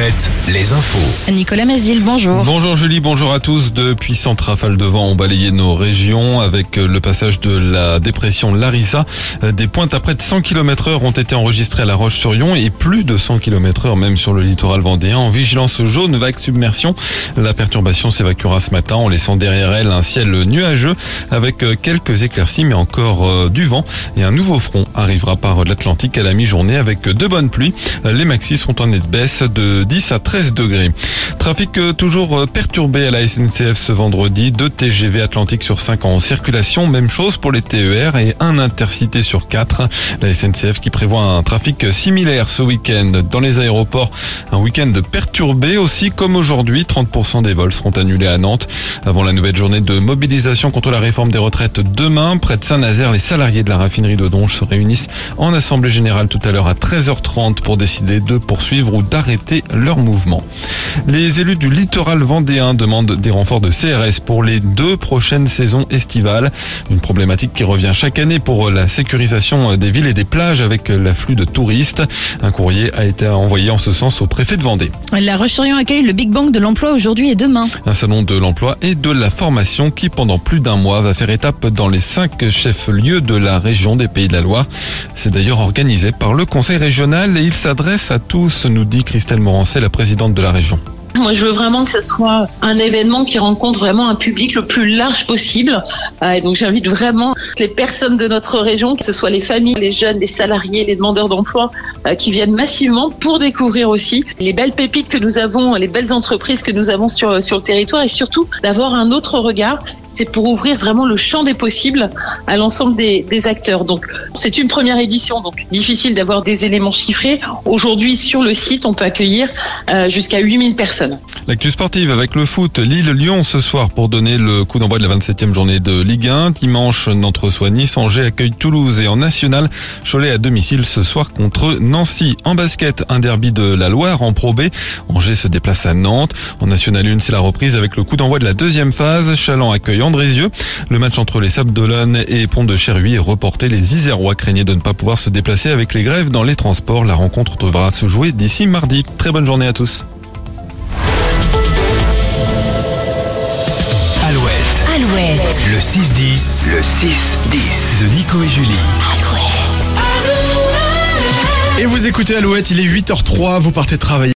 Alouette, les infos. Nicolas Mazil, bonjour. Bonjour Julie, bonjour à tous. De puissantes rafales de vent ont balayé nos régions avec le passage de la dépression Larissa. Des pointes à près de 100 km/h ont été enregistrées à La Roche-sur-Yon et plus de 100 km/h même sur le littoral vendéen. En vigilance jaune, vague submersion. La perturbation s'évacuera ce matin en laissant derrière elle un ciel nuageux avec quelques éclaircies mais encore du vent. Et un nouveau front arrivera par l'Atlantique à la mi-journée avec de bonnes pluies. Les maxis sont en nette baisse de 10 à 13 degrés. Trafic toujours perturbé à la SNCF ce vendredi. 2 TGV Atlantique sur 5 en circulation. Même chose pour les TER et un Intercité sur 4. La SNCF qui prévoit un trafic similaire ce week-end. Dans les aéroports, un week-end perturbé aussi comme aujourd'hui. 30% des vols seront annulés à Nantes. Avant la nouvelle journée de mobilisation contre la réforme des retraites demain, près de Saint-Nazaire, les salariés de la raffinerie de Donge se réunissent en assemblée générale tout à l'heure à 13h30 pour décider de poursuivre ou d'arrêter leur mouvement. Les élus du littoral vendéen demandent des renforts de CRS pour les 2 prochaines saisons estivales. Une problématique qui revient chaque année pour la sécurisation des villes et des plages avec l'afflux de touristes. Un courrier a été envoyé en ce sens au préfet de Vendée. La Roche-sur-Yon accueille le Big Bang de l'emploi aujourd'hui et demain. Un salon de l'emploi et de la formation qui pendant plus d'1 mois va faire étape dans les 5 chefs-lieux de la région des Pays de la Loire. C'est d'ailleurs organisé par le conseil régional et il s'adresse à tous, nous dit Christelle Morancet, la présidente de la région. Moi, je veux vraiment que ce soit un événement qui rencontre vraiment un public le plus large possible. Et donc, j'invite vraiment les personnes de notre région, que ce soit les familles, les jeunes, les salariés, les demandeurs d'emploi, qui viennent massivement pour découvrir aussi les belles pépites que nous avons, les belles entreprises que nous avons sur le territoire et surtout d'avoir un autre regard. C'est pour ouvrir vraiment le champ des possibles à l'ensemble des acteurs. Donc, c'est une première édition, donc difficile d'avoir des éléments chiffrés. Aujourd'hui, sur le site, on peut accueillir jusqu'à 8000 personnes. L'actu sportive avec le foot, Lille-Lyon ce soir pour donner le coup d'envoi de la 27e journée de Ligue 1. Dimanche, Nantes reçoit Nice, Angers accueille Toulouse et en national, Cholet à domicile ce soir contre Nancy. En basket, un derby de la Loire en Pro B. Angers se déplace à Nantes. En national 1, c'est la reprise avec le coup d'envoi de la 2e phase. Chaland accueille Andrézieux. Le match entre les Sables d'Olonne et Pont-de-Cherhuis est reporté. Les Isérois craignaient de ne pas pouvoir se déplacer avec les grèves dans les transports. La rencontre devra se jouer d'ici mardi. Très bonne journée à tous. Alouette. Le 6-10. Le 6-10. De Nico et Julie. Alouette. Et vous écoutez Alouette, il est 8h03, vous partez travailler.